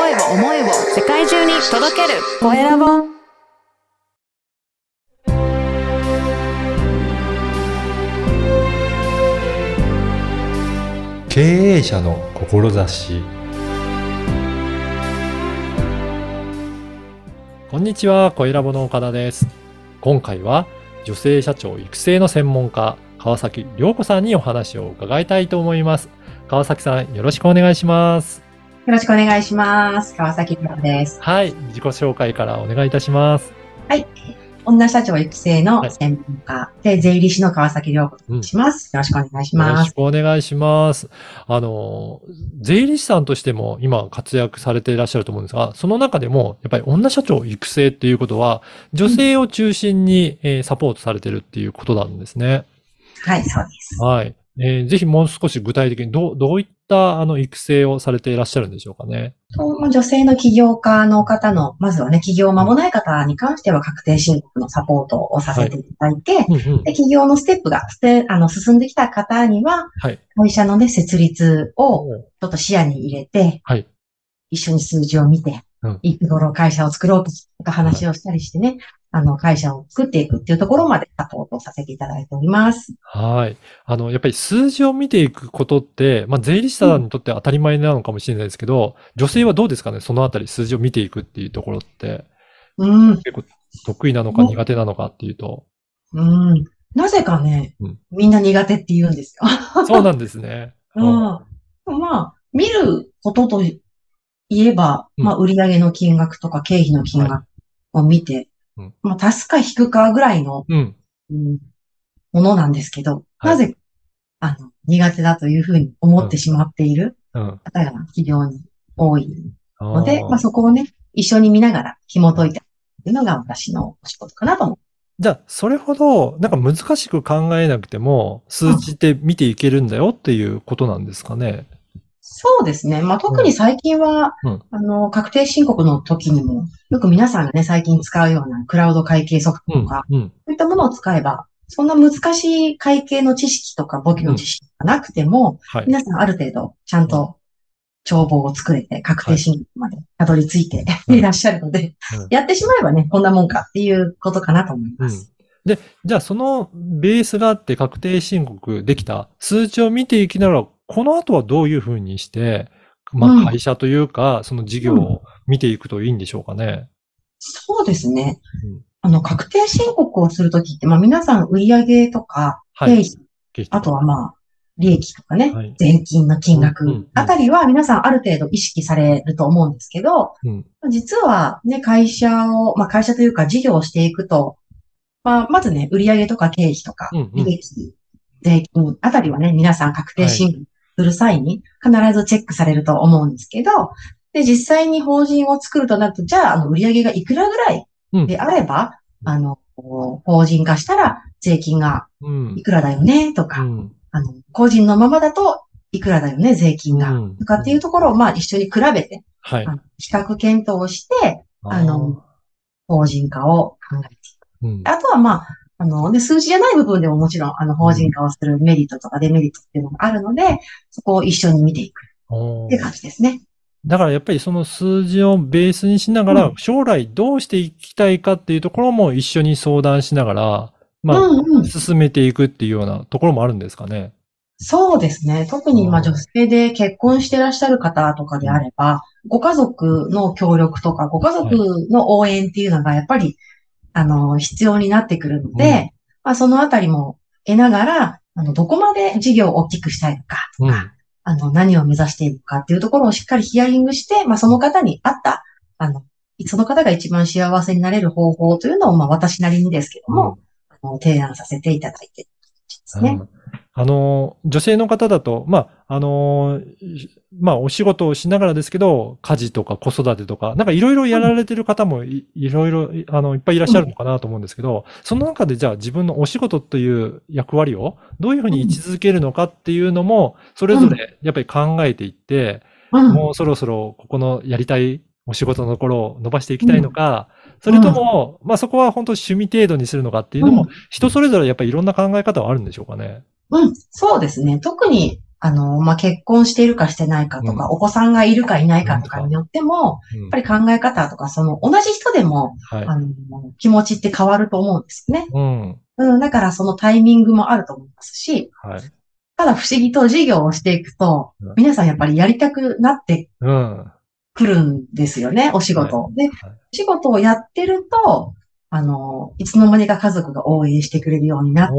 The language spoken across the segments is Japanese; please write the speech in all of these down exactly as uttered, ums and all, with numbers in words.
声を思いを世界中に届けるコエラボ。 経営者の志。こんにちは、コエラボの岡田です。今回は女性社長育成の専門家、川崎涼子さんにお話を伺いたいと思います。川崎さん、よろしくお願いします。 よろしくお願いします。川崎涼子です。 はい、自己紹介からお願いいたします。 はい、女社長育成の専門家、はい、で税理士の川崎涼子と申します、うん。よろしくお願いします。 よろしくお願いします。あの、税理士さんとしても今活躍されていらっしゃると思うんですが、その中でもやっぱり女社長育成っていうことは、女性を中心に、うん、えー、サポートされてるっていうことなんですね。 はい、そうです。 はい。えー、ぜひもう少し具体的にどう、どういったあの育成をされていらっしゃるんでしょうかね。 女性の起業家の方の、まずはね、起業間もない方に関しては確定申告のサポートをさせていただいて、はい、うんうん、で起業のステップがあの進んできた方には、はい、会社のね、設立をちょっと視野に入れて、はい、一緒に数字を見て、うん、いつ頃会社を作ろうとか話をしたりしてね、はい、あの、会社を作っていくっていうところまでサポートさせていただいております。 はい。あの、やっぱり数字を見ていくことって、まあ、税理士さんにとって当たり前なのかもしれないですけど、うん、女性はどうですかね、そのあたり数字を見ていくっていうところって。うん。結構得意なのか苦手なのかっていうと。 うん。なぜかね、うん、みんな苦手って言うんですよ。 そうなんですね。 うん。まあ、見ることと言えば、うん、まあ、売上の金額とか経費の金額を見て、はい、うん、まあ、足すか引くかぐらいの、うんうん、ものなんですけど、はい、なぜ、あの、苦手だというふうに思ってしまっている方が非常に多いので、うん、まあ、そこをね、一緒に見ながら紐解いていくのが私のお仕事かなと思う。 じゃあ、それほど、なんか難しく考えなくても、数字って見ていけるんだよっていうことなんですかね。 そうですね。まあ、特に最近は、うん、あの、確定申告の時にも、よく皆さんがね、最近使うようなクラウド会計ソフトとか、うんうん、そういったものを使えば、そんな難しい会計の知識とか簿記の知識がなくても、うんはい、皆さんある程度、ちゃんと帳簿を作れて、確定申告までたどり着いて、はい、いらっしゃるので、うん、やってしまえばね、こんなもんかっていうことかなと思います。 うん、で、じゃあそのベースがあって確定申告できた数値を見ていきながら、この後はどういうふうにして、まあ会社というか、うん、その事業を見ていくといいんでしょうかね。 そうですね。うん、あの、確定申告をするときって、まあ皆さん売上とか、経費、はい、あとはまあ、利益とかね、はい、税金の金額あたりは皆さんある程度意識されると思うんですけど、うん、実はね、会社を、まあ会社というか事業をしていくと、まあまずね、売上とか経費とか、利益、税金あたりはね、皆さん確定申告する際に必ずチェックされると思うんですけど、で、実際に法人を作るとなると、じゃあ、あの、売上がいくらぐらいであれば、うん、あの、法人化したら税金がいくらだよね、とか、うん、あの、個人のままだといくらだよね、税金が、とかっていうところを、まあ、一緒に比べて、はい、比較検討をして、あの、法人化を考えていく。うん、あとは、まあ、あの、で、数字じゃない部分でももちろん、あの、法人化をするメリットとかデメリットっていうのがあるので、そこを一緒に見ていくっていう感じですね。 だからやっぱりその数字をベースにしながら、将来どうしていきたいかっていうところも一緒に相談しながら、まあ、うんうん、進めていくっていうようなところもあるんですかね。 そうですね。特に今女性で結婚してらっしゃる方とかであれば、ご家族の協力とか、ご家族の応援っていうのがやっぱり、あの、必要になってくるので、うん、まあそのあたりも得ながら、あの、どこまで事業を大きくしたいのかとか、うんあの、何を目指しているかっていうところをしっかりヒアリングして、まあ、その方に合った、あの、その方が一番幸せになれる方法というのを、まあ、私なりにですけども、うん、あの提案させていただいてですね。うん、 あの、女性の方だと、まあ、あの、まあ、お仕事をしながらですけど、家事とか子育てとか、なんかいろいろやられてる方もいろいろ、あの、いっぱいいらっしゃるのかなと思うんですけど、うん、その中でじゃあ自分のお仕事という役割をどういうふうに位置づけるのかっていうのも、それぞれやっぱり考えていって、うん、もうそろそろここのやりたいお仕事のところを伸ばしていきたいのか、うん、それとも、まあそこは本当趣味程度にするのかっていうのも、人それぞれやっぱりいろんな考え方はあるんでしょうかね。 うん、そうですね。特に、 あの、まあ、結婚しているかしてないかとか、うん、お子さんがいるかいないかとかによっても、うん、やっぱり考え方とか、その、同じ人でも、はい、あの、気持ちって変わると思うんですね。うん。うん、だからそのタイミングもあると思いますし、はい、ただ不思議と授業をしていくと、うん、皆さんやっぱりやりたくなってくるんですよね、お仕事。はい、で、はい、仕事をやってると、あの、いつの間にか家族が応援してくれるようになって、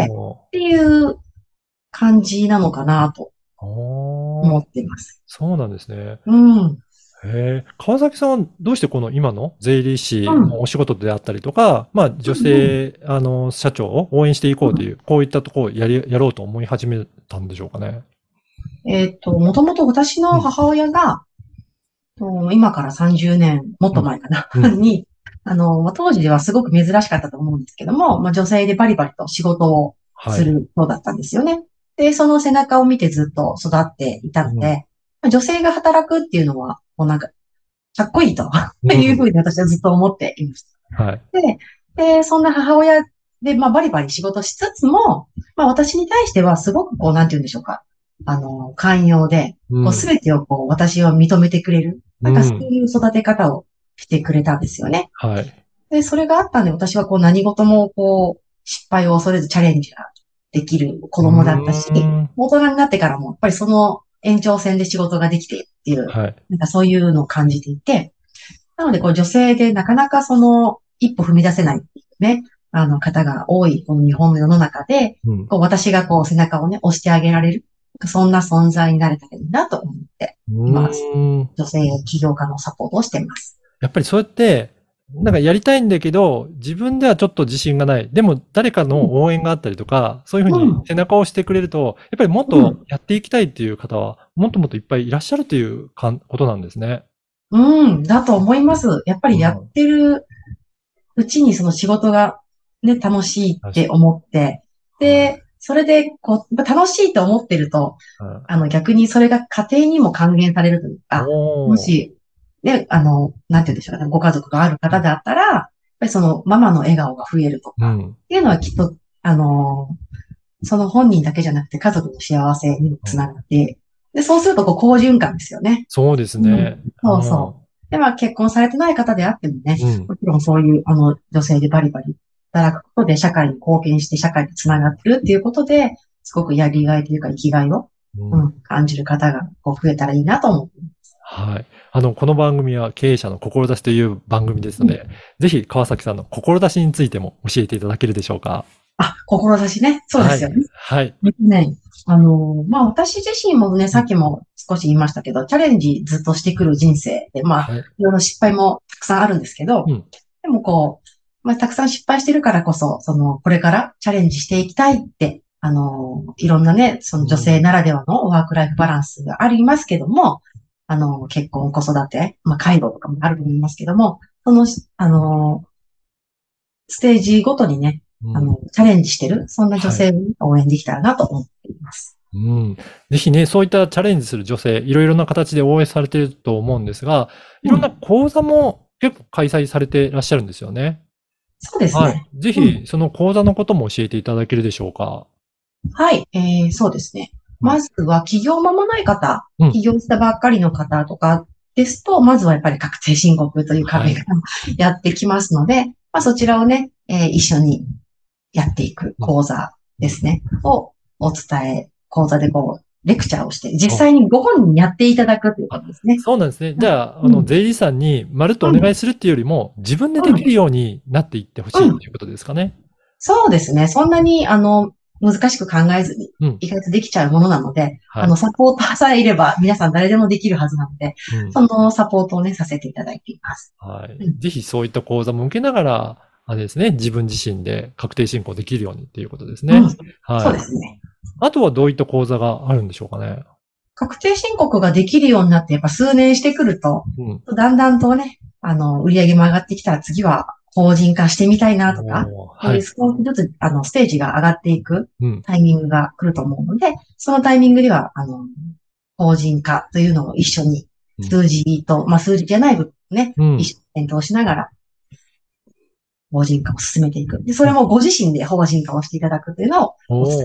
っていう感じなのかなと思っています。 そうなんですね。 うん。 へえ。川崎さんはどうしてこの今の税理士のお仕事であったりとか、うん、まあ女性、うん、あの、社長を応援していこうという、うん、こういったところをやり、やろうと思い始めたんでしょうかね。 えっと、もともと私の母親が、うん、今からさんじゅうねん、もっと前かな、うん、に、あの、当時ではすごく珍しかったと思うんですけども、まあ女性でバリバリと仕事をする人だったんですよね。はい、で、その背中を見てずっと育っていたので、うん、女性が働くっていうのは、もうなんか、かっこいいというふうに私はずっと思っていました。はい、で、で、そんな母親で、まあバリバリ仕事しつつも、まあ私に対してはすごくこう、なんて言うんでしょうか。あの、寛容で、こうすべてをこう、私を認めてくれる。なんかそういう育て方をしてくれたんですよね。はい。で、それがあったんで、私はこう何事もこう、失敗を恐れずチャレンジができる子供だったし、大人になってからも、やっぱりその延長線で仕事ができているっていう、はい、なんかそういうのを感じていて、なのでこう女性でなかなかその一歩踏み出せないっていうね、あの方が多いこの日本の世の中で、うん、こう私がこう背中をね、押してあげられる。そんな存在になれたらいいなと思っています。女性起業家のサポートをしています。 やっぱりそうやって、なんかやりたいんだけど、自分ではちょっと自信がない。でも誰かの応援があったりとか、うん、そういうふうに背中を押してくれると、やっぱりもっとやっていきたいっていう方は、もっともっといっぱいいらっしゃるということなんですね。 うん、だと思います。やっぱりやってるうちにその仕事がね、楽しいって思って、で、それで、こう、楽しいと思ってると、うん、あの、逆にそれが家庭にも還元されるというか、もし、ね、あの、なんて言うんでしょうね、ご家族がある方であったら、やっぱりその、ママの笑顔が増えるとか、うん、っていうのはきっと、あの、その本人だけじゃなくて家族の幸せにもつながって、うん、で、そうすると、こう、好循環ですよね。 そうですね。 うん、そうそう。で、まあ、結婚されてない方であってもね、うん、もちろんそういう、あの、女性でバリバリ働くことで社会に貢献して社会につながってるっていうことで、すごくやりがいというか生きがいを、うん、感じる方がこう増えたらいいなと思っています。 はい。あの、この番組は経営者の志という番組ですので、うん、ぜひ川崎さんの志についても教えていただけるでしょうか。 あ、志ね。そうですよね。 はい。 はい、ね、あの、まあ、私自身もね、さっきも少し言いましたけど、うん、チャレンジずっとしてくる人生で、まあ、はい、いろいろ失敗もたくさんあるんですけど、うん、でもこう、まあ、たくさん失敗してるからこそ、その、これからチャレンジしていきたいって、あの、いろんなね、その女性ならではのワークライフバランスがありますけども、あの、結婚、子育て、まあ、介護とかもあると思いますけども、その、あの、ステージごとにね、あの、チャレンジしてる、そんな女性に応援できたらなと思っています。 はい、うん。ぜひね、そういったチャレンジする女性、いろいろな形で応援されていると思うんですが、いろんな講座も結構開催されていらっしゃるんですよね。 そうですね。はい。 ぜひ、その講座のことも教えていただけるでしょうか。 はい、えー、そうですね。まずは起業間もない方、うん、起業したばっかりの方とかですと、まずはやっぱり確定申告という壁が、はい、やってきますので、まあ、そちらをね、えー、一緒にやっていく講座ですね、うん、をお伝え、講座でこう、レクチャーをして、実際にご本人にやっていただくということですね。 そうなんですね。じゃあ、うん、あの、税理士さんにまるっとお願いするっていうよりも、うん、自分でできるようになっていってほしいということですかね、うん。 そうですね。そんなに、あの、難しく考えずに、意外とできちゃうものなので、うんはい、あの、サポーターさえいれば、皆さん誰でもできるはずなので、うん、そのサポートをね、させていただいています。 はい。うん、ぜひそういった講座も受けながら、あれですね、自分自身で確定申告できるようにっていうことですね。うん、はい。 そうですね。 あとはどういった講座があるんでしょうかね。 確定申告ができるようになって、やっぱ数年してくると、うん、だんだんとね、あの、売り上げも上がってきたら次は法人化してみたいなとか、はい、少しずつ、あの、ステージが上がっていくタイミングが来ると思うので、うん、そのタイミングでは、あの、法人化というのを一緒に、数字と、うん、まあ、数字じゃない部分ね、うん、一緒に検討しながら、法人化を進めていく。で、それもご自身で法人化をしていただくというのをお伝えしています。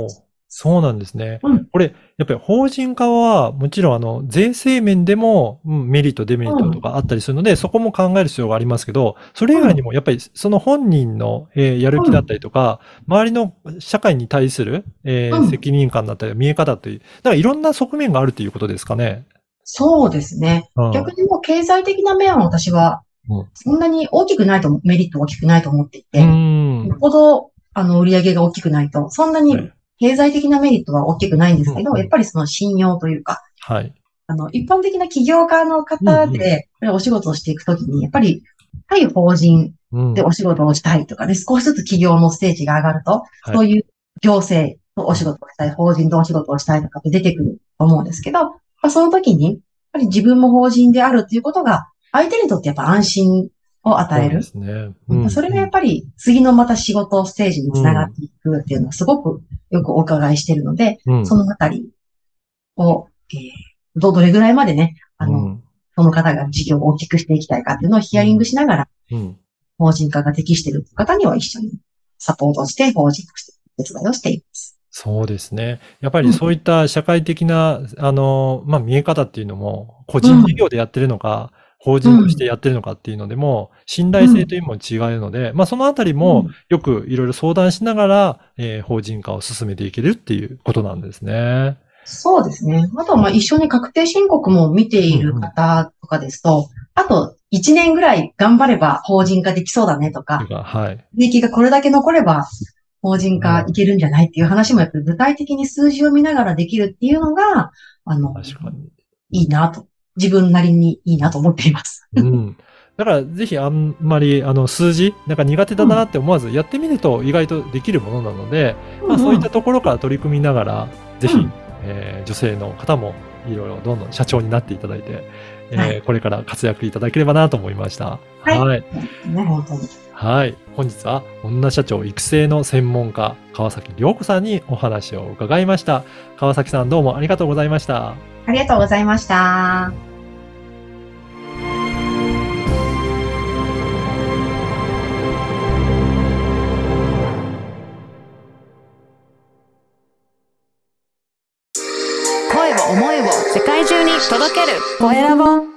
そうなんですね。 うん、 これ、やっぱり法人化は、もちろんあの、税制面でも、うん、メリット、デメリットとかあったりするので、うん、そこも考える必要がありますけど、それ以外にも、やっぱりその本人の、えー、やる気だったりとか、うん、周りの社会に対する、えーうん、責任感だったり、見え方という、だからいろんな側面があるということですかね。 そうですね。うん、逆にもう経済的な面は私は、そんなに大きくないと、メリット大きくないと思っていて、よっぽど、あの、売り上げが大きくないと、そんなに経済的なメリットは大きくないんですけど、うんうん、やっぱりその信用というか、 はい。 あの、一般的な起業家の方で、お仕事をしていくときに、やっぱり、対法人でお仕事をしたいとかね、うん、少しずつ企業のステージが上がると、はい、そういう行政とお仕事をしたい、法人とお仕事をしたいとかって出てくると思うんですけど、まあ、その時に、やっぱり自分も法人であるっていうことが、相手にとってやっぱ安心を与える。 そうですね。 うん、それがやっぱり次のまた仕事ステージにつながっていくっていうのはすごくよくお伺いしているので、うん、そのあたりを、えー、ど、どれぐらいまでね、あの、うん、その方が事業を大きくしていきたいかっていうのをヒアリングしながら、うんうん、法人化が適している方には一緒にサポートして法人化して手伝いをしています。 そうですね。やっぱりそういった社会的な、うん、あの、まあ、見え方っていうのも、個人事業でやってるのか、法人としてやってるのかっていうのでも、信頼性というのも違うので、まあそのあたりもよくいろいろ相談しながら、えー、法人化を進めていけるっていうことなんですね。 そうですね。あとはまあ一緒に確定申告も見ている方とかですと、うんうん、あといちねんぐらい頑張れば法人化できそうだねとか、 はい。 利益がこれだけ残れば法人化いけるんじゃないっていう話もやっぱり具体的に数字を見ながらできるっていうのが、あの、確かにいいなと。自分なりにいいなと思っています。 うん。だからぜひあんまりあの数字、なんか苦手だなって思わずやってみると意外とできるものなので、うん、まあそういったところから取り組みながら、ぜひ、うんえー、女性の方もいろいろどんどん社長になっていただいて、えーはい、これから活躍いただければなと思いました。 はい。はい、ね、本当に。 はい。本日は女社長育成の専門家、川崎涼子さんにお話を伺いました。川崎さんどうもありがとうございました。 ありがとうございました。 声を思いを世界中に届けるコエラボ。